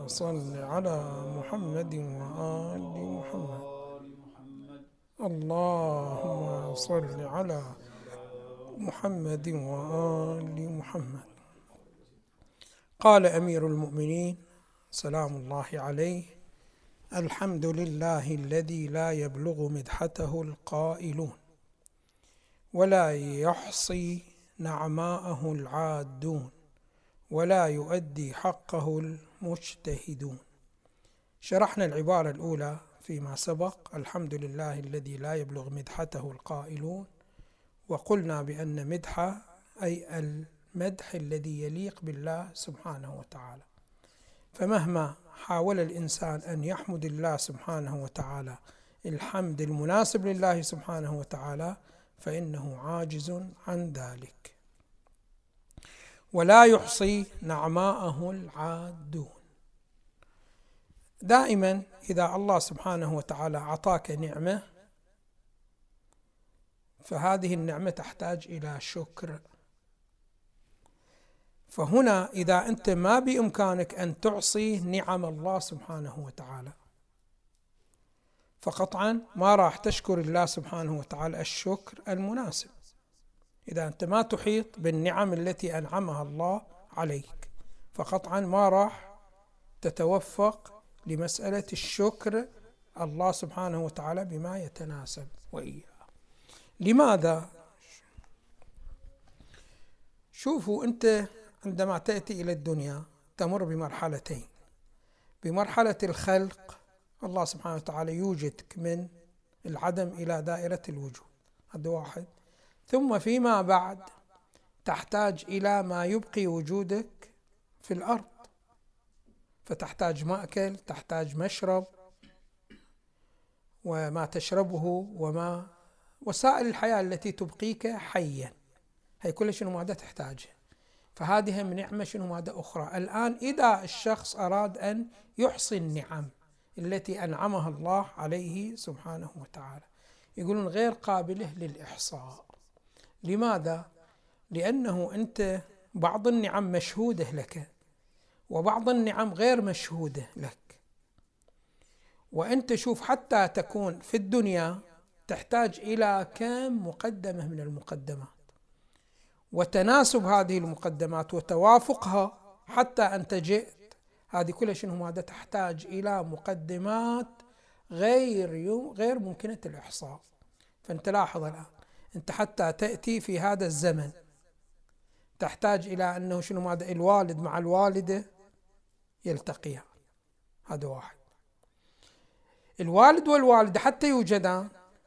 صل على محمد وآل محمد. اللهم صل على محمد وآل محمد. قال أمير المؤمنين سلام الله عليه: الحمد لله الذي لا يبلغ مدحته القائلون ولا يحصي نعماءه العادون ولا يؤدي حقه المجتهدون. شرحنا العبارة الأولى فيما سبق: الحمد لله الذي لا يبلغ مدحته القائلون، وقلنا بأن مدحه أي المدح الذي يليق بالله سبحانه وتعالى، فمهما حاول الإنسان أن يحمد الله سبحانه وتعالى الحمد المناسب لله سبحانه وتعالى فإنه عاجز عن ذلك. ولا يحصي نعماءه العادون. دائما إذا الله سبحانه وتعالى أعطاك نعمة فهذه النعمة تحتاج إلى شكر. فهنا إذا أنت ما بإمكانك أن تعصي نعم الله سبحانه وتعالى فقطعا ما راح تشكر الله سبحانه وتعالى الشكر المناسب. إذا أنت ما تحيط بالنعم التي أنعمها الله عليك فقطعا ما راح تتوفق لمسألة الشكر الله سبحانه وتعالى بما يتناسب وإياه. لماذا؟ شوفوا، أنت عندما تأتي إلى الدنيا تمر بمرحلتين: بمرحلة الخلق، الله سبحانه وتعالى يوجدك من العدم إلى دائرة الوجود، هذا واحد. ثم فيما بعد تحتاج إلى ما يبقي وجودك في الأرض، فتحتاج مأكل، تحتاج مشرب، وما تشربه وما وسائل الحياة التي تبقيك حيا، هي كل شيء ماذا تحتاجه. فهذه من نعمة شنو ماذا أخرى. الآن إذا الشخص أراد أن يحصي النعم التي أنعمها الله عليه سبحانه وتعالى يقولون غير قابلة للإحصاء. لماذا؟ لأنه أنت بعض النعم مشهودة لك وبعض النعم غير مشهودة لك. وأنت شوف، حتى تكون في الدنيا تحتاج إلى كم مقدمة من المقدمات، وتناسب هذه المقدمات وتوافقها حتى أنت جئت، هذه كلها شنو ماذا تحتاج إلى مقدمات غير ممكنة الإحصاء. فأنت لاحظ الآن، أنت حتى تأتي في هذا الزمن تحتاج إلى أنه شنو ماذا الوالد مع الوالدة يلتقيان، هذا واحد. الوالد والوالدة حتى يوجدان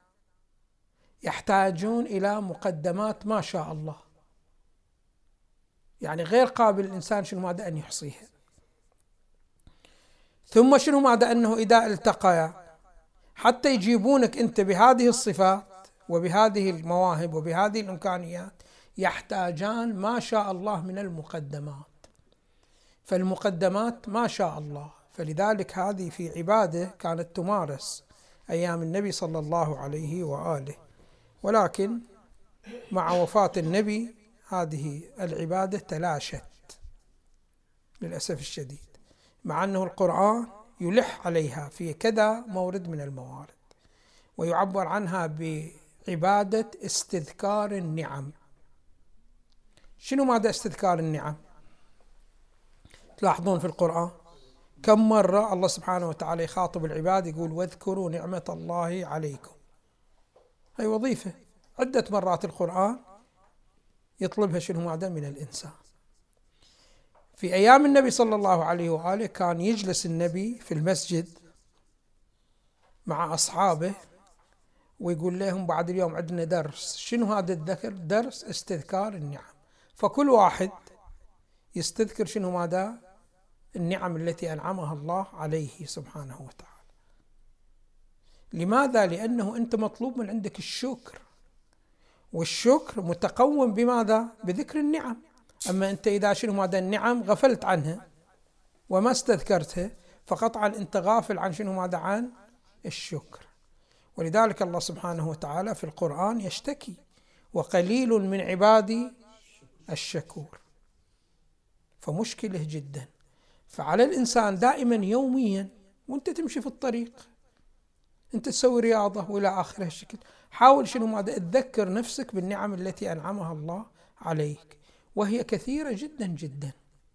يحتاجون إلى مقدمات ما شاء الله، يعني غير قابل الإنسان شنو ماذا أن يحصيها. ثم شنو ماذا أنه إذا التقيا حتى يجيبونك أنت بهذه الصفات وبهذه المواهب وبهذه الإمكانيات يحتاجان ما شاء الله من المقدمات. فالمقدمات ما شاء الله، فلذلك هذه في عبادة كانت تمارس أيام النبي صلى الله عليه وآله، ولكن مع وفاة النبي هذه العبادة تلاشت للأسف الشديد، مع أنه القرآن يلح عليها في كذا مورد من الموارد ويعبر عنها بعبادة استذكار النعم. شنو ماذا استذكار النعم؟ تلاحظون في القرآن كم مرة الله سبحانه وتعالى يخاطب العباد يقول واذكروا نعمة الله عليكم، هي وظيفة عدة مرات القرآن يطلبها شنو ماذا من الإنسان. في أيام النبي صلى الله عليه وآله كان يجلس النبي في المسجد مع أصحابه ويقول لهم بعد اليوم عندنا درس. شنو هذا الذكر؟ درس استذكار النعم. فكل واحد يستذكر شنو ماذا النعم التي أنعمها الله عليه سبحانه وتعالى. لماذا؟ لأنه أنت مطلوب من عندك الشكر، والشكر متقوم بماذا؟ بذكر النعم. أما أنت إذا شنو ماذا النعم غفلت عنها وما استذكرتها فقطعا أنت غافل عن شنو ماذا؟ عن الشكر. ولذلك الله سبحانه وتعالى في القرآن يشتكي وقليل من عبادي الشكور، فمشكلة جدا. فعلى الإنسان دائما يوميا وانت تمشي في الطريق، انت تسوي رياضة والى آخره الشكل، حاول شنو ماذا تذكر نفسك بالنعم التي أنعمها الله عليك، وهي كثيرة جدا جدا.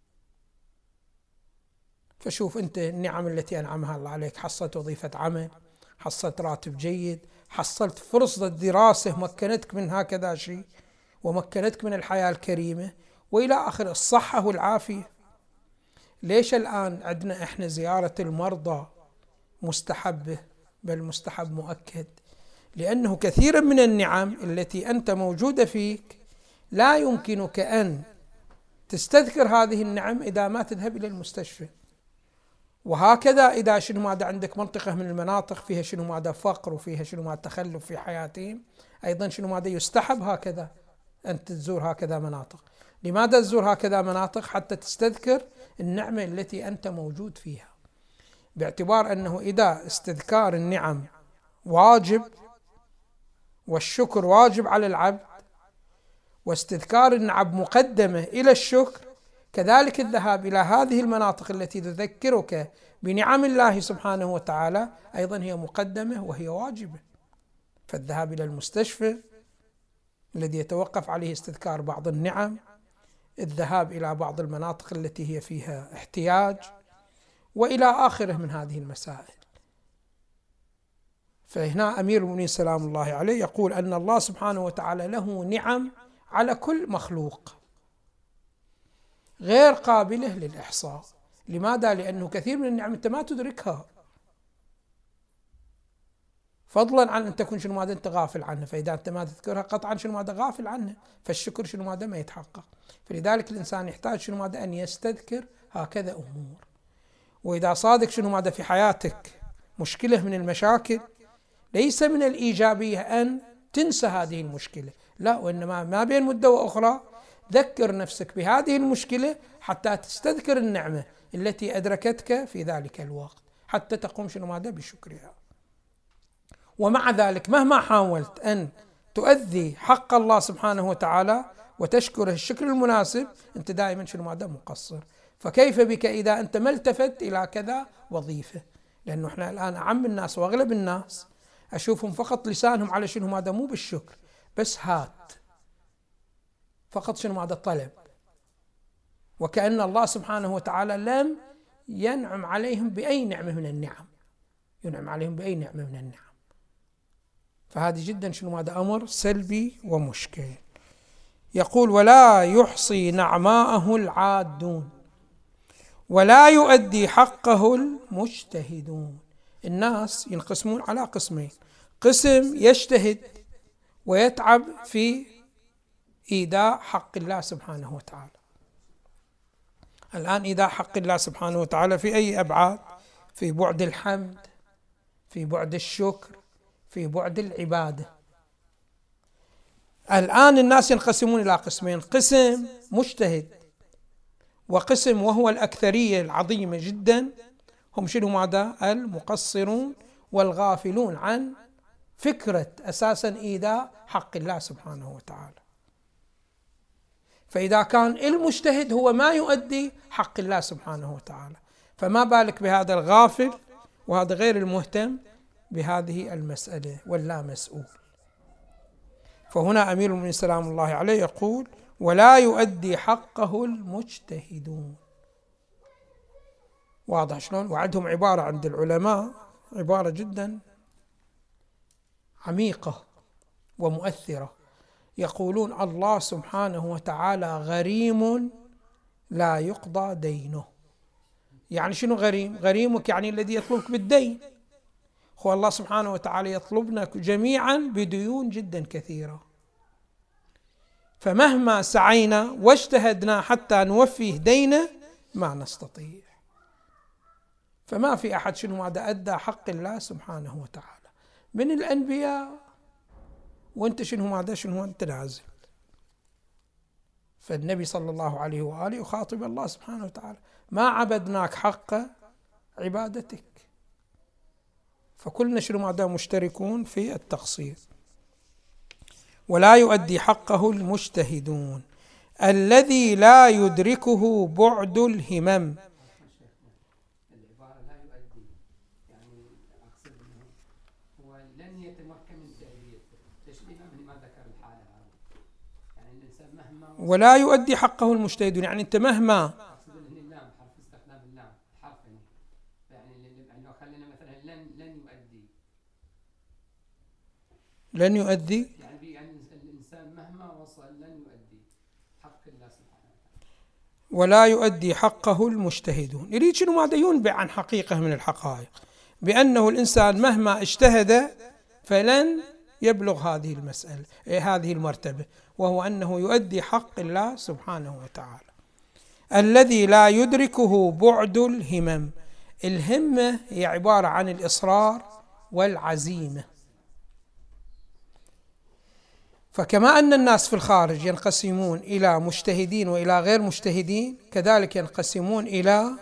فشوف انت النعم التي أنعمها الله عليك، حصلت وظيفة عمل، حصلت راتب جيد، حصلت فرصة دراسة مكنتك من هكذا شيء ومكنتك من الحياة الكريمة وإلى آخر، الصحة والعافية. ليش الآن عندنا إحنا زيارة المرضى مستحبة بل مستحب مؤكد؟ لأنه كثيرا من النعم التي أنت موجودة فيك لا يمكنك أن تستذكر هذه النعم إذا ما تذهب إلى المستشفى. وهكذا إذا شنو ماذا عندك منطقة من المناطق فيها شنو ماذا فقر وفيها شنو ماذا تخلف في حياتهم، أيضا شنو ماذا يستحب هكذا أن تزور هكذا مناطق. لماذا تزور هكذا مناطق؟ حتى تستذكر النعمة التي أنت موجود فيها، باعتبار أنه إذا استذكار النعم واجب والشكر واجب على العبد، واستذكار النعم مقدمة إلى الشكر، كذلك الذهاب إلى هذه المناطق التي تذكرك بنعم الله سبحانه وتعالى أيضا هي مقدمة وهي واجبة. فالذهاب إلى المستشفى الذي يتوقف عليه استذكار بعض النعم، الذهاب إلى بعض المناطق التي هي فيها احتياج، وإلى آخره من هذه المسائل. فهنا أمير المؤمنين سلام الله عليه يقول أن الله سبحانه وتعالى له نعم على كل مخلوق غير قابلة للإحصاء. لماذا؟ لأنه كثير من النعم أنت ما تدركها، فضلا عن أن تكون شنو ماذا أنت غافل عنها، فإذا أنت ما تذكرها قطعا شنو ماذا غافل عنها، فالشكر شنو ماذا ما يتحقق. فلذلك الإنسان يحتاج شنو ماذا أن يستذكر هكذا أمور. وإذا صادق شنو ماذا في حياتك مشكلة من المشاكل، ليس من الإيجابية أن تنسى هذه المشكلة، لا، وإنما ما بين مدة وأخرى ذكر نفسك بهذه المشكلة حتى تستذكر النعمة التي أدركتك في ذلك الوقت، حتى تقوم شنو ماذا بشكرها. ومع ذلك مهما حاولت أن تؤدي حق الله سبحانه وتعالى وتشكره الشكر المناسب، أنت دائما شنو ماذا مقصر. فكيف بك إذا أنت ما التفت إلى كذا وظيفة؟ لأنه إحنا الآن أعم الناس وأغلب الناس أشوفهم فقط لسانهم على شنو ماذا مو بالشكر، بس هات فقط شنو ماذا طلب، وكأن الله سبحانه وتعالى لم ينعم عليهم بأي نعمة من النعم، ينعم عليهم بأي نعمة من النعم. فهذه جدا شنو ماذا أمر سلبي ومشكل. يقول ولا يحصي نعماءه العادون ولا يؤدي حقه المجتهدون. الناس ينقسمون على قسمين: قسم يجتهد ويتعب في إيداء حق الله سبحانه وتعالى. الآن إيداء حق الله سبحانه وتعالى في أي أبعاد؟ في بعد الحمد، في بعد الشكر، في بعد العبادة. الآن الناس ينقسمون إلى قسمين: قسم مجتهد، وقسم وهو الأكثرية العظيمة جدا هم شنو ماذا؟ المقصرون والغافلون عن فكرة أساسا إيداء حق الله سبحانه وتعالى. فإذا كان المجتهد هو ما يؤدي حق الله سبحانه وتعالى، فما بالك بهذا الغافل وهذا غير المهتم بهذه المسألة واللا مسؤول. فهنا أمير المؤمنين سلام الله عليه يقول ولا يؤدي حقه المجتهدون. واضح شلون؟ وعندهم عبارة عند العلماء، عبارة جدا عميقة ومؤثرة، يقولون الله سبحانه وتعالى غريم لا يقضى دينه. يعني شنو غريم؟ غريمك يعني الذي يطلبك بالدين. هو الله سبحانه وتعالى يطلبنا جميعا بديون جدا كثيرة، فمهما سعينا واجتهدنا حتى نوفيه دينه ما نستطيع. فما في أحد شنو ماذا أدى حق الله سبحانه وتعالى من الأنبياء، وأنت شنو ماذا شنو أنت نازل. فالنبي صلى الله عليه وآله يخاطب الله سبحانه وتعالى: ما عبدناك حق عبادتك. فكلنا شنو ماذا مشتركون في التقصير. ولا يؤدي حقه المجتهدون الذي لا يدركه بعد الهمم. ولا يؤدي حقه المجتهدون، يعني أنت مهما لن يؤدي، يعني الإنسان مهما وصل لن يؤدي حق الله سبحانه وتعالى، ولا يؤدي حقه المجتهدون. يريد شنو ماذا؟ ينبع عن حقيقة من الحقائق بأنه الإنسان مهما اجتهد فلن يبلغ هذه المسألة، هذه المرتبة، وهو أنه يؤدي حق الله سبحانه وتعالى الذي لا يدركه بعد الهمم. الهمة هي عبارة عن الإصرار والعزيمة. فكما أن الناس في الخارج ينقسمون إلى مجتهدين وإلى غير مجتهدين، كذلك ينقسمون إلى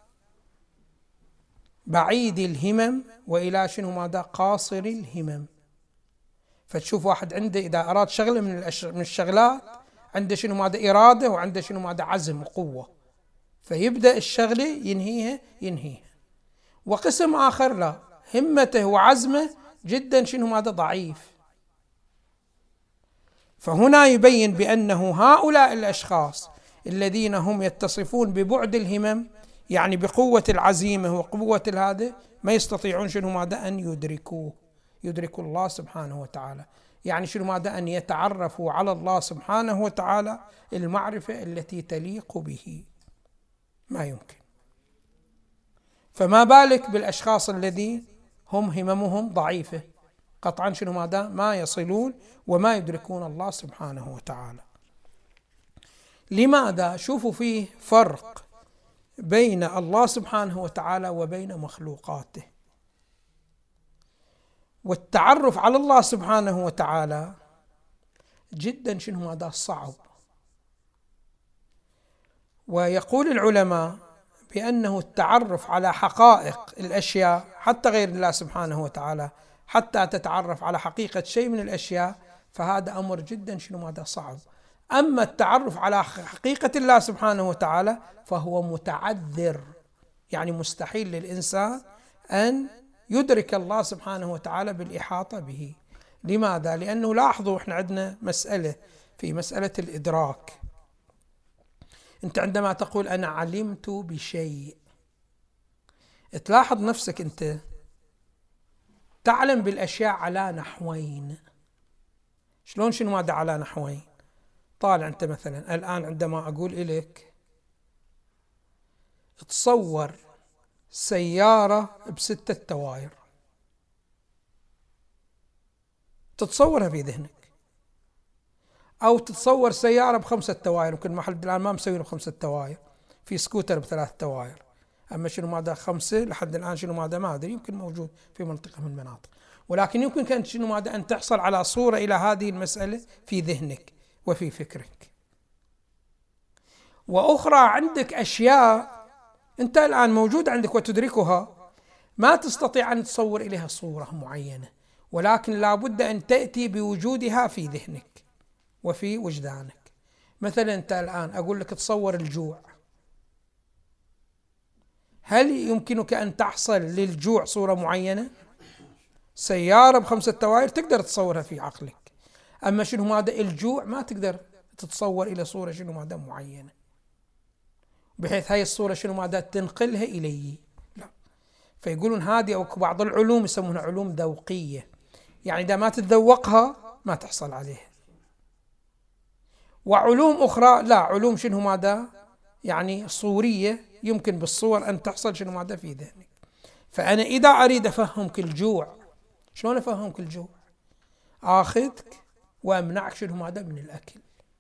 بعيد الهمم وإلى شنو ماذا؟ قاصر الهمم. فتشوف واحد عنده إذا أراد شغلة من الشغلات عنده شنو ماذا؟ إرادة، وعنده شنو ماذا؟ عزم وقوة، فيبدأ الشغلة ينهيها. وقسم آخر لا، همته وعزمه جدا شنو ماذا؟ ضعيف. فهنا يبين بأنه هؤلاء الأشخاص الذين هم يتصفون ببعد الهمم، يعني بقوة العزيمة وقوة هذا، ما يستطيعون شنو ماذا؟ أن يدركوا الله سبحانه وتعالى، يعني شنو ماذا؟ أن يتعرفوا على الله سبحانه وتعالى المعرفة التي تليق به، ما يمكن. فما بالك بالأشخاص الذين هم هممهم ضعيفة، قطعا شنو ماذا؟ ما يصلون وما يدركون الله سبحانه وتعالى. لماذا؟ شوفوا فيه فرق بين الله سبحانه وتعالى وبين مخلوقاته. والتعرف على الله سبحانه وتعالى جدا شنو ماذا؟ صعب. ويقول العلماء بأنه التعرف على حقائق الأشياء حتى غير الله سبحانه وتعالى، حتى تتعرف على حقيقة شيء من الأشياء، فهذا أمر جدا شنو ماذا؟ صعب. أما التعرف على حقيقة الله سبحانه وتعالى فهو متعذر، يعني مستحيل للإنسان أن يدرك الله سبحانه وتعالى بالإحاطة به. لماذا؟ لأنه لاحظوا إحنا عندنا مسألة في مسألة الإدراك. أنت عندما تقول أنا علمت بشيء، تلاحظ نفسك أنت تعلم بالأشياء على نحوين. شلون شنو ماذا على نحوين؟ طالع أنت مثلا الآن عندما أقول إليك تصور سيارة ب6 تواير، تتصورها في ذهنك، أو تتصور سيارة ب5 تواير. يمكن محل الآن ما مسوين ب5 تواير، في سكوتر ب3 تواير، أما شنو ماذا 5 لحد الآن شنو ماذا ما أدري، يمكن موجود في منطقة من المناطق. ولكن يمكن كانت شنو ماذا أن تحصل على صورة إلى هذه المسألة في ذهنك وفي فكرك. وأخرى عندك أشياء أنت الآن موجود عندك وتدركها، ما تستطيع أن تصور إليها صورة معينة، ولكن لابد أن تأتي بوجودها في ذهنك وفي وجدانك. مثلا أنت الآن أقول لك تصور الجوع، هل يمكنك أن تحصل للجوع صورة معينة؟ سيارة ب5 تواير تقدر تصورها في عقلك، أما شنو ماذا الجوع ما تقدر تتصور إلى صورة شنو ماذا معينة، بحيث هاي الصورة شنو ماذا تنقلها إلي. لا. فيقولون هذه أو بعض العلوم يسمونها علوم ذوقية، يعني إذا ما تتذوقها ما تحصل عليها. وعلوم أخرى لا، علوم شنو ماذا يعني صورية، يمكن بالصور أن تحصل شنو ماذا في ذهنك. فأنا إذا أريد أفهمك الجوع، شلون أفهمك الجوع؟ آخذك وأمنعك شنو ماذا من الأكل،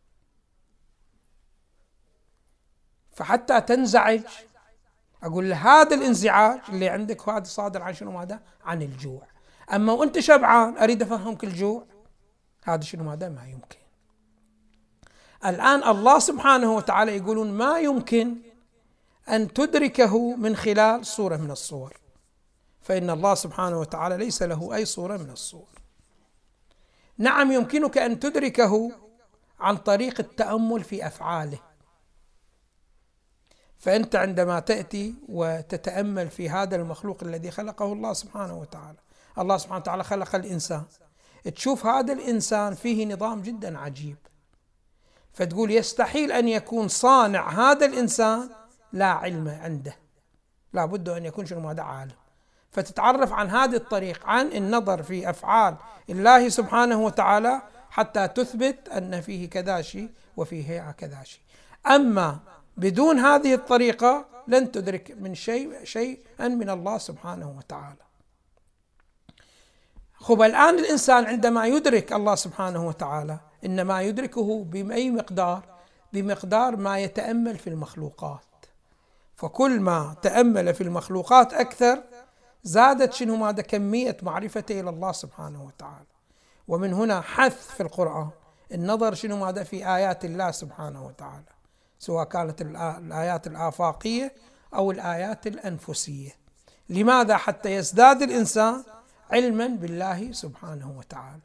فحتى تنزعج أقول هذا الانزعاج اللي عندك هذا صادر عن شنو ماذا؟ عن الجوع. أما وأنت شبعان أريد أفهمك الجوع، هذا شنو ماذا؟ ما يمكن. الآن الله سبحانه وتعالى يقولون ما يمكن أن تدركه من خلال صورة من الصور، فإن الله سبحانه وتعالى ليس له أي صورة من الصور. نعم يمكنك أن تدركه عن طريق التأمل في أفعاله، فأنت عندما تأتي وتتأمل في هذا المخلوق الذي خلقه الله سبحانه وتعالى، الله سبحانه وتعالى خلق الإنسان، تشوف هذا الإنسان فيه نظام جدا عجيب، فتقول يستحيل أن يكون صانع هذا الإنسان لا علم عنده، لا بد أن يكون شنو هذا عالم. فتتعرف عن هذه الطريق، عن النظر في أفعال الله سبحانه وتعالى حتى تثبت أن فيه كذا شيء وفيه كذا شيء. أما بدون هذه الطريقة لن تدرك من شيئا من الله سبحانه وتعالى. خب الآن الإنسان عندما يدرك الله سبحانه وتعالى إنما يدركه بأي مقدار؟ بمقدار ما يتأمل في المخلوقات. فكل ما تأمل في المخلوقات أكثر زادت شنو ماذا كمية معرفته إلى الله سبحانه وتعالى. ومن هنا حث في القرآن النظر شنو ماذا في آيات الله سبحانه وتعالى، سواء كانت الآيات الآفاقية أو الآيات الأنفسية. لماذا؟ حتى يزداد الإنسان علما بالله سبحانه وتعالى.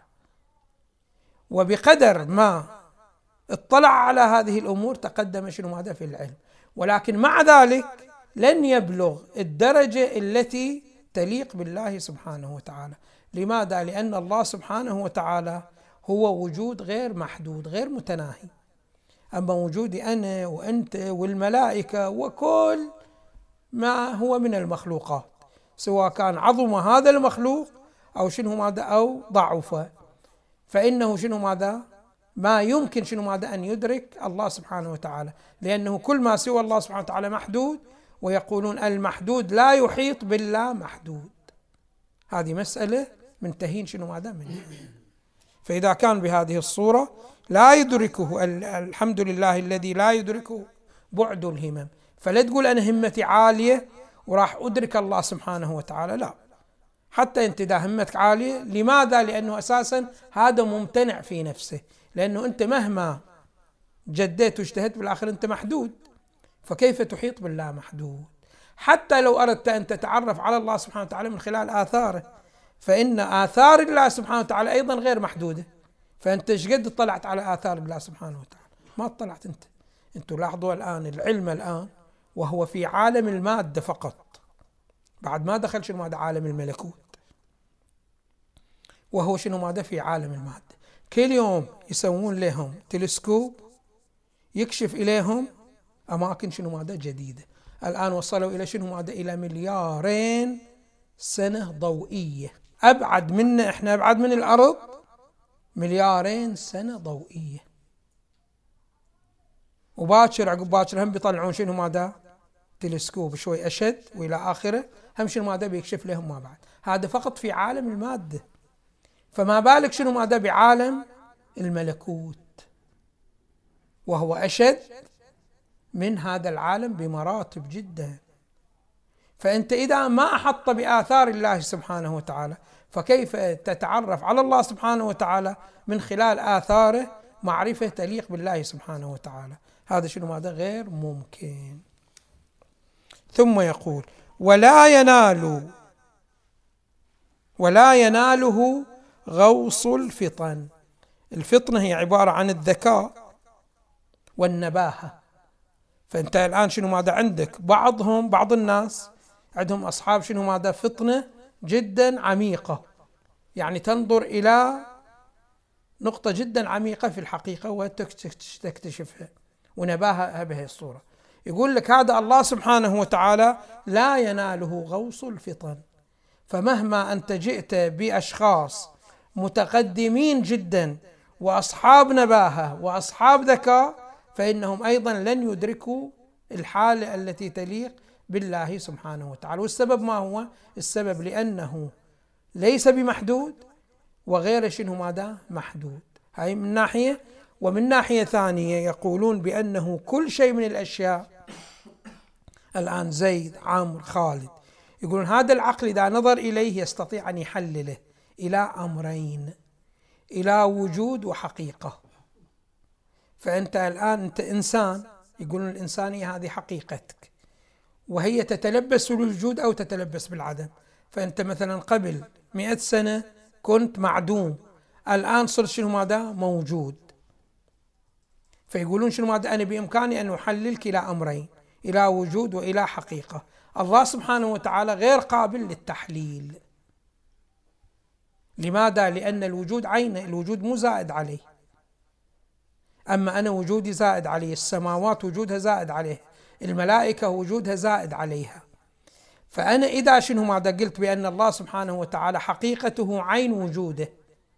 وبقدر ما اطلع على هذه الأمور تقدم شنو ماذا في العلم. ولكن مع ذلك لن يبلغ الدرجة التي تليق بالله سبحانه وتعالى. لماذا؟ لأن الله سبحانه وتعالى هو وجود غير محدود غير متناهي. أما وجودي أنا وأنت والملائكة وكل ما هو من المخلوقات، سواء كان عظم هذا المخلوق أو شنو ماذا أو ضعف، فإنه شنو ماذا ما يمكن شنو ماذا أن يدرك الله سبحانه وتعالى، لأنه كل ما سوى الله سبحانه وتعالى محدود. ويقولون المحدود لا يحيط باللا محدود. هذه مسألة منتهين شنو ماذا منه. فإذا كان بهذه الصورة لا يدركه، الحمد لله الذي لا يدركه بعد الهمم. فلا تقول أنا همتي عالية وراح أدرك الله سبحانه وتعالى، لا. حتى أنت إذا همتك عالية، لماذا؟ لأنه أساسا هذا ممتنع في نفسه، لأنه أنت مهما جديت واجتهدت بالآخر أنت محدود، فكيف تحيط بالله محدود؟ حتى لو أردت أن تتعرف على الله سبحانه وتعالى من خلال آثاره، فإن آثار الله سبحانه وتعالى أيضا غير محدودة. فأنت ايش قد اطلعت على آثار الله سبحانه وتعالى؟ ما اطلعت أنت. أنتم لاحظوا الآن العلم الآن وهو في عالم المادة فقط، بعد ما دخل شنو ماذا عالم الملكوت، وهو شنو ماذا في عالم المادة. كل يوم يسوون لهم تلسكوب يكشف إليهم أماكن شنو ماذا جديدة. الآن وصلوا إلى شنو ماذا إلى 2,000,000,000 سنة ضوئية. أبعد منا، إحنا أبعد من الأرض 2,000,000,000 سنة ضوئية. وباكر عقب باكر هم بيطلعون شنو ماذا تلسكوب شوي أشد وإلى آخره، هم شنو ماذا بيكشف لهم ما بعد. هذا فقط في عالم المادة، فما بالك شنو ماذا بعالم الملكوت، وهو أشد من هذا العالم بمراتب جدا. فأنت إذا ما أحط بآثار الله سبحانه وتعالى، فكيف تتعرف على الله سبحانه وتعالى من خلال آثاره معرفة تليق بالله سبحانه وتعالى؟ هذا شنو ماذا غير ممكن. ثم يقول ولا يناله غوص الفطن. الفطنة هي عبارة عن الذكاء والنباهة. فأنت الآن شنو ماذا عندك بعض الناس عندهم أصحاب شنو ماذا فطنة جدا عميقة، يعني تنظر إلى نقطة جدا عميقة في الحقيقة وتكتشفها، ونباهة بهذه الصورة. يقول لك هذا الله سبحانه وتعالى لا يناله غوص الفطن. فمهما أنت جئت بأشخاص متقدمين جدا وأصحاب نباهة وأصحاب ذكاء، فإنهم أيضا لن يدركوا الحالة التي تليق بالله سبحانه وتعالى. والسبب ما هو؟ السبب لأنه ليس بمحدود وغير شنو ماذا محدود. هاي من ناحية. ومن ناحية ثانية يقولون بأنه كل شيء من الأشياء، الآن زيد عمرو خالد، يقولون هذا العقل إذا نظر إليه يستطيع أن يحلله إلى أمرين، إلى وجود وحقيقة. فأنت الآن أنت إنسان، يقولون الإنسانية هذه حقيقتك، وهي تتلبس بالوجود أو تتلبس بالعدم. فأنت مثلا قبل 100 سنة كنت معدوم، الآن صرت شنو ماذا موجود. فيقولون شنو ماذا أنا بإمكاني أن أحللك إلى أمرين، إلى وجود وإلى حقيقة. الله سبحانه وتعالى غير قابل للتحليل. لماذا؟ لأن الوجود عينه، الوجود مو زائد عليه. أما أنا وجودي زائد عليه، السماوات وجودها زائد عليه، الملائكة وجودها زائد عليها. فأنا إذا شنو ماذا قلت بأن الله سبحانه وتعالى حقيقته عين وجوده،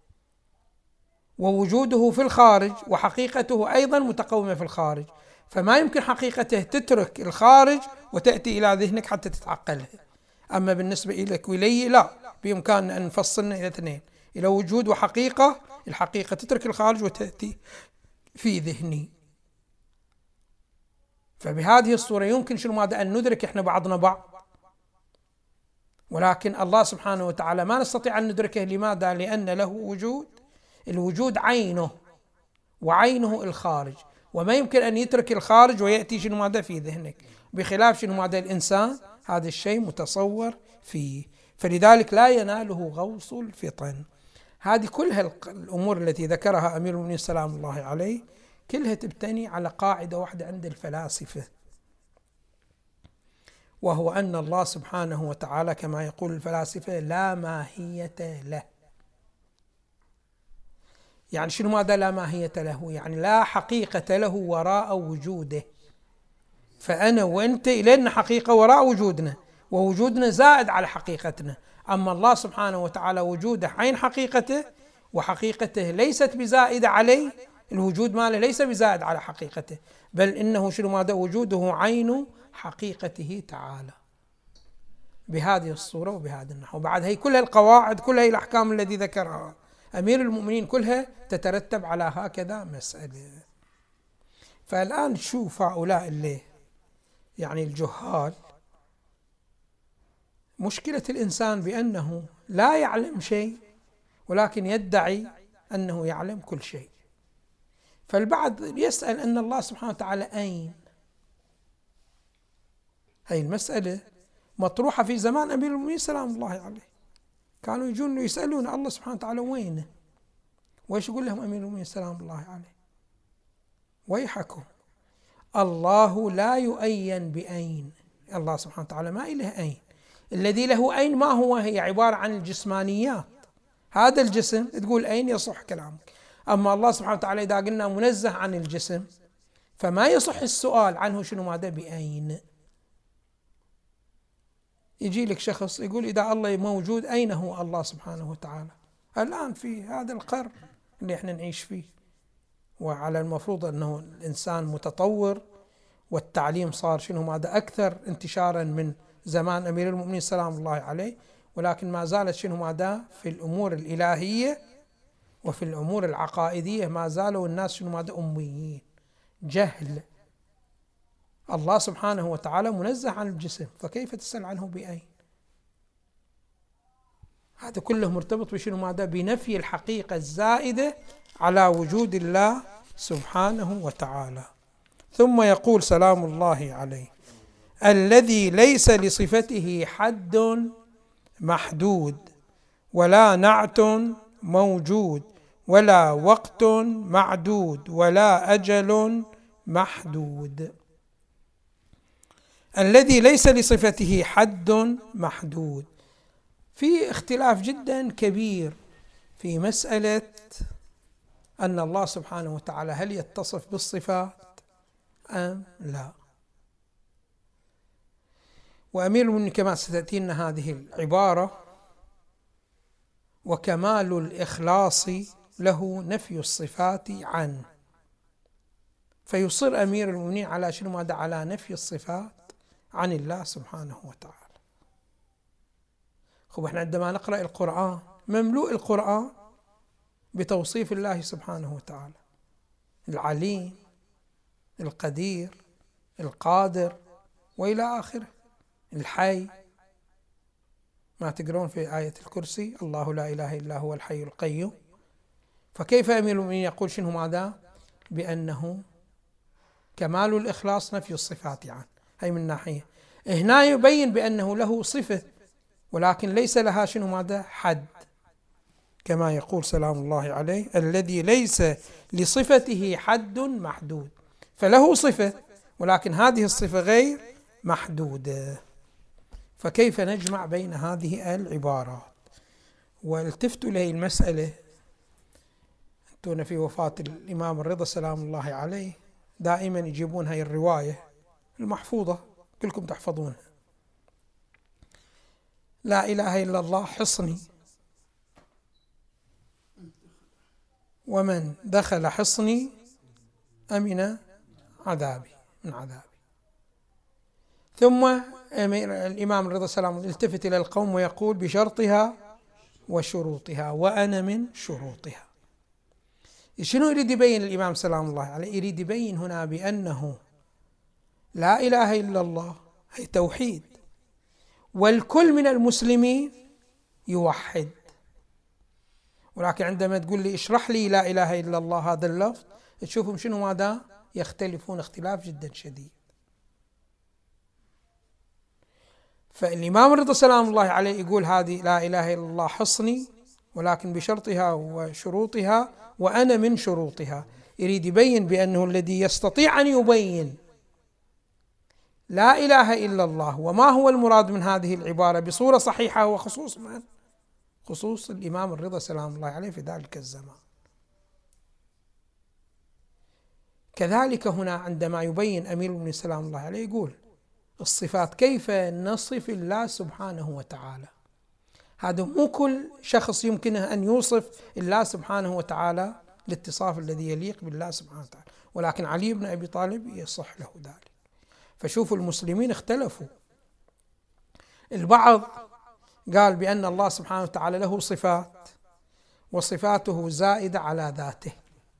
ووجوده في الخارج، وحقيقته أيضا متقومة في الخارج، فما يمكن حقيقته تترك الخارج وتأتي إلى ذهنك حتى تتعقلها. أما بالنسبة إليك وإلي لا، بإمكاننا أن نفصلنا إلى اثنين، إلى وجود وحقيقة، الحقيقة تترك الخارج وتأتي في ذهني. فبهذه الصورة يمكن شنو ماذا أن ندرك إحنا بعضنا بعض، ولكن الله سبحانه وتعالى ما نستطيع أن ندركه. لماذا؟ لأن له وجود، الوجود عينه، وعينه الخارج، وما يمكن أن يترك الخارج ويأتي شنو ماذا في ذهنك، بخلاف شنو ماذا الإنسان هذا الشيء متصور فيه، فلذلك لا يناله غوص الفطن. هذه كلها الأمور التي ذكرها أمير المؤمنين سلام الله عليه كلها تبتني على قاعدة واحدة عند الفلاسفة، وهو أن الله سبحانه وتعالى كما يقول الفلاسفة لا ماهية له. يعني شنو ماذا لا ماهية له؟ يعني لا حقيقة له وراء وجوده. فأنا وأنت لنا حقيقة وراء وجودنا، ووجودنا زائد على حقيقتنا. أما الله سبحانه وتعالى وجوده عين حقيقته، وحقيقته ليست بزائدة عليه، الوجود ماله ليس بزائد على حقيقته، بل إنه شنو ماذا وجوده عين حقيقته تعالى، بهذه الصورة وبهذا النحو. بعد هي كلها القواعد، كلها الأحكام التي ذكرها أمير المؤمنين كلها تترتب على هكذا مسألة. فالآن شوف هؤلاء اللي يعني الجهال، مشكلة الإنسان بأنه لا يعلم شيء ولكن يدعي أنه يعلم كل شيء. فالبعض يسأل أن الله سبحانه وتعالى أين؟ هذه المسألة مطروحة في زمان أمير المؤمنين سلام الله عليه، كانوا يجون يسألون الله سبحانه وتعالى وينه؟ وإيش يقول لهم أمير المؤمنين سلام الله عليه؟ ويحكم، الله لا يؤين بأين، الله سبحانه وتعالى ما إله أين. الذي له أين ما هو؟ هي عبارة عن الجسمانيات، هذا الجسم تقول أين يصح كلامك. أما الله سبحانه وتعالى إذا قلنا منزه عن الجسم فما يصح السؤال عنه شنو ماذا بأين. يجي لك شخص يقول إذا الله موجود أين هو الله سبحانه وتعالى؟ الآن في هذا القرن اللي احنا نعيش فيه، وعلى المفروض أنه الإنسان متطور والتعليم صار شنو ماذا أكثر انتشارا من زمان أمير المؤمنين سلام الله عليه، ولكن ما زالت شنو ماذا في الأمور الإلهية وفي الأمور العقائدية ما زالوا الناس شنو ماذا أميين، جهل. الله سبحانه وتعالى منزه عن الجسم، فكيف تسأل عنه بأين؟ هذا كله مرتبط بشنو ماذا؟ بنفي الحقيقة الزائدة على وجود الله سبحانه وتعالى. ثم يقول سلام الله عليه: الذي ليس لصفته حد محدود ولا نعت موجود ولا وقت معدود ولا أجل محدود. الذي ليس لصفته حد محدود. في اختلاف جدا كبير في مسألة أن الله سبحانه وتعالى هل يتصف بالصفات أم لا. وأمير المؤمنين كما ستأتينا هذه العبارة: وكمال الإخلاص له نفي الصفات عنه. فيصر أمير المؤمنين على شنو ماذا؟ على نفي الصفات عن الله سبحانه وتعالى. خب احنا عندما نقرأ القرآن مملوء القرآن بتوصيف الله سبحانه وتعالى: العليم، القدير، القادر، وإلى آخره، الحي. ما تقرون في آية الكرسي: الله لا إله إلا هو الحي القيوم. فكيف أمير المؤمنين يقول شنو ماذا؟ بأنه كمال الإخلاص نفي الصفات عنه. هي من ناحية. هنا يبين بأنه له صفة ولكن ليس لها شنو ماذا؟ حد، كما يقول سلام الله عليه: الذي ليس لصفته حد محدود. فله صفة ولكن هذه الصفة غير محدودة. فكيف نجمع بين هذه العبارات؟ والتفتوا لهي المسألة، تونا في وفاة الإمام الرضا سلام الله عليه دائما يجيبون هاي الرواية المحفوظة كلكم تحفظونها: لا إله إلا الله حصني، ومن دخل حصني أمن عذابي من عذابي. ثم الإمام الرضا سلام الله يلتفت إلى القوم ويقول: بشرطها وشروطها وأنا من شروطها. شنو يريد يبين الإمام سلام الله عليه؟ يريد يبين هنا بأنه لا إله إلا الله هي توحيد، والكل من المسلمين يوحد، ولكن عندما تقول لي اشرح لي لا إله إلا الله هذا اللفظ تشوفهم شنو ماذا يختلفون اختلاف جدا شديد. فالإمام الرضا سلام الله عليه يقول هذه لا إله إلا الله حصني، ولكن بشرطها وشروطها وأنا من شروطها. يريد يبين بأنه الذي يستطيع أن يبين لا إله إلا الله وما هو المراد من هذه العبارة بصورة صحيحة هو خصوص من؟ خصوص الإمام الرضا سلام الله عليه في ذلك الزمان. كذلك هنا عندما يبين أمير المؤمنين سلام الله عليه يقول الصفات كيف نصف الله سبحانه وتعالى. هذا مو كل شخص يمكنه أن يوصف الله سبحانه وتعالى الاتصاف الذي يليق بالله سبحانه وتعالى، ولكن علي بن أبي طالب يصح له ذلك. فشوفوا المسلمين اختلفوا، البعض قال بأن الله سبحانه وتعالى له صفات وصفاته زائدة على ذاته،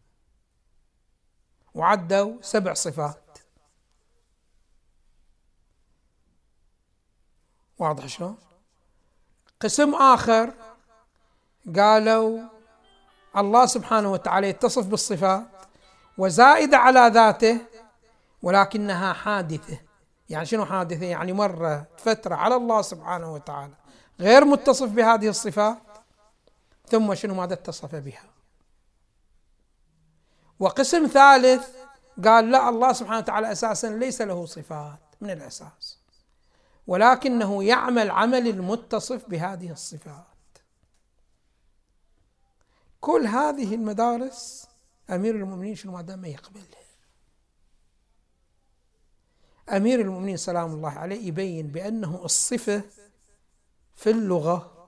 وعدوا 7 صفات. واضح شلون؟ قسم آخر قالوا الله سبحانه وتعالى يتصف بالصفات وزائدة على ذاته ولكنها حادثة. يعني شنو حادثة؟ يعني مرة فترة على الله سبحانه وتعالى غير متصف بهذه الصفات ثم شنو ماذا اتصف بها. وقسم ثالث قال لا، الله سبحانه وتعالى أساسا ليس له صفات من الأساس، ولكنه يعمل عمل المتصف بهذه الصفات. كل هذه المدارس أمير المؤمنين شنو ماذا ما يقبلها. أمير المؤمنين سلام الله عليه يبين بأنه الصفة في اللغة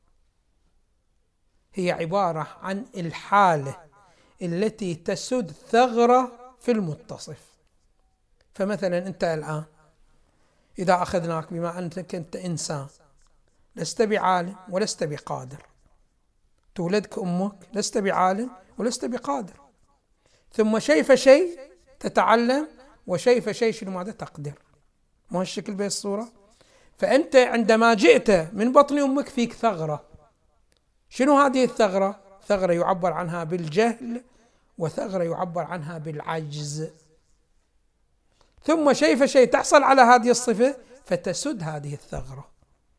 هي عبارة عن الحالة التي تسد ثغرة في المتصف. فمثلا أنت الآن إذا أخذناك بما أنك أنت إنسان لست بعالم ولست بقادر، تولدك أمك لست بعالم ولست بقادر، ثم شيء فشيء تتعلم وشيء فشيء شنو ماذا تقدر. مو هالشكل بالصورة؟ فأنت عندما جئت من بطن أمك فيك ثغرة. شنو هذه الثغرة؟ ثغرة يعبر عنها بالجهل وثغرة يعبر عنها بالعجز، ثم شيء فشيء تحصل على هذه الصفة فتسد هذه الثغرة.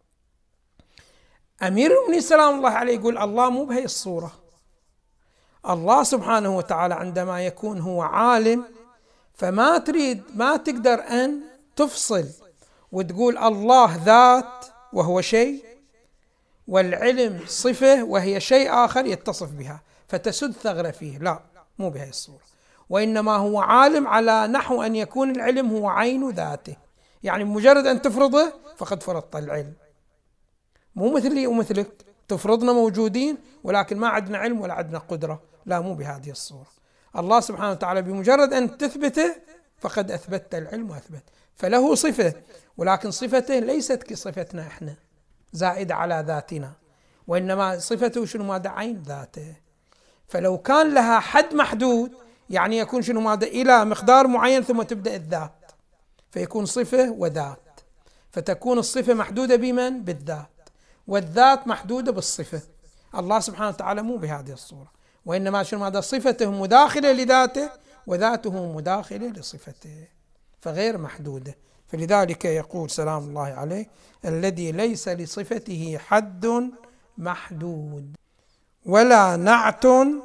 أمير المؤمنين سلام الله عليه يقول الله مو بهي الصورة. الله سبحانه وتعالى عندما يكون هو عالم فما تريد ما تقدر أن تفصل وتقول الله ذات وهو شيء والعلم صفة وهي شيء آخر يتصف بها فتسد ثغرة فيه. لا، مو بهي الصورة. وإنما هو عالم على نحو أن يكون العلم هو عين ذاته، يعني مجرد أن تفرضه فقد فرضت العلم. مو مثلي ومثلك تفرضنا موجودين ولكن ما عندنا علم ولا عندنا قدرة. لا، مو بهذه الصورة. الله سبحانه وتعالى بمجرد أن تثبته فقد أثبتت العلم وأثبت، فله صفة ولكن صفته ليست كصفتنا إحنا زائدة على ذاتنا، وإنما صفته شنو ماذا عين ذاته. فلو كان لها حد محدود يعني يكون شنو ماذا إلى مقدار معين ثم تبدأ الذات فيكون صفة وذات، فتكون الصفة محدودة بمن؟ بالذات، والذات محدودة بالصفة. الله سبحانه وتعالى مو بهذه الصورة، وإنما شنو ماذا صفته مداخلة لذاته وذاته مداخلة لصفته فغير محدودة. فلذلك يقول سلام الله عليه الذي ليس لصفته حد محدود ولا نعت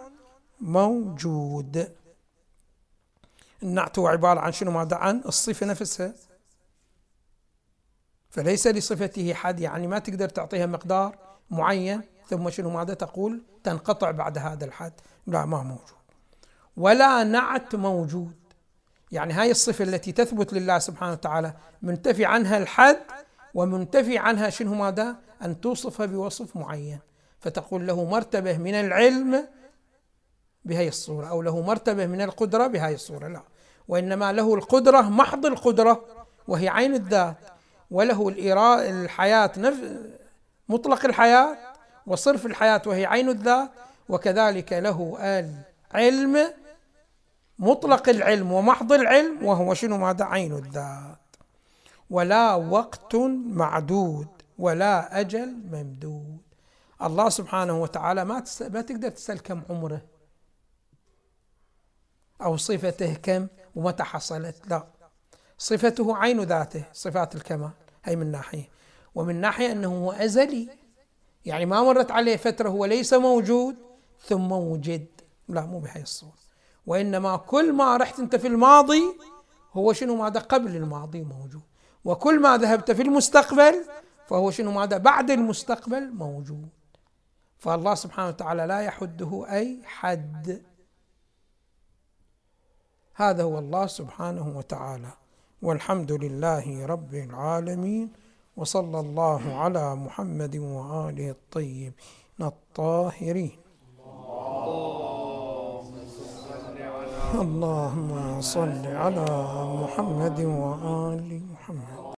موجود. النعت هو عبارة عن شنو ماذا؟ عن الصفة نفسها، فليس لصفته حد، يعني ما تقدر تعطيها مقدار معين ثم شنو ماذا تقول تنقطع بعد هذا الحد، لا ما موجود. ولا نعت موجود، يعني هاي الصفة التي تثبت لله سبحانه وتعالى منتفي عنها الحد، ومنتفي عنها شنو ماذا؟ أن توصف بوصف معين، فتقول له مرتبة من العلم بهذه الصورة، أو له مرتبة من القدرة بهذه الصورة، لا، وإنما له القدرة محض القدرة وهي عين الذات، وله الحياة مطلق الحياة وصرف الحياة وهي عين الذات، وكذلك له العلم مطلق العلم ومحض العلم وهو شنو ماذا؟ عين الذات. ولا وقت معدود ولا أجل ممدود. الله سبحانه وتعالى ما تقدر تسأل كم عمره أو صفته كم ومتى حصلت، لا، صفته عين ذاته، صفات الكمال، هي من ناحية. ومن ناحية أنه هو أزلي، يعني ما مرت عليه فترة هو ليس موجود ثم وجد، لا، مو بهي الصورة. وإنما كل ما رحت أنت في الماضي هو شنو ماذا؟ قبل الماضي موجود، وكل ما ذهبت في المستقبل فهو شنو ماذا؟ بعد المستقبل موجود. فالله سبحانه وتعالى لا يحده أي حد. هذا هو الله سبحانه وتعالى، والحمد لله رب العالمين، وصلى الله على محمد وآله الطيبين الطاهرين. اللهم صل على محمد وآل محمد.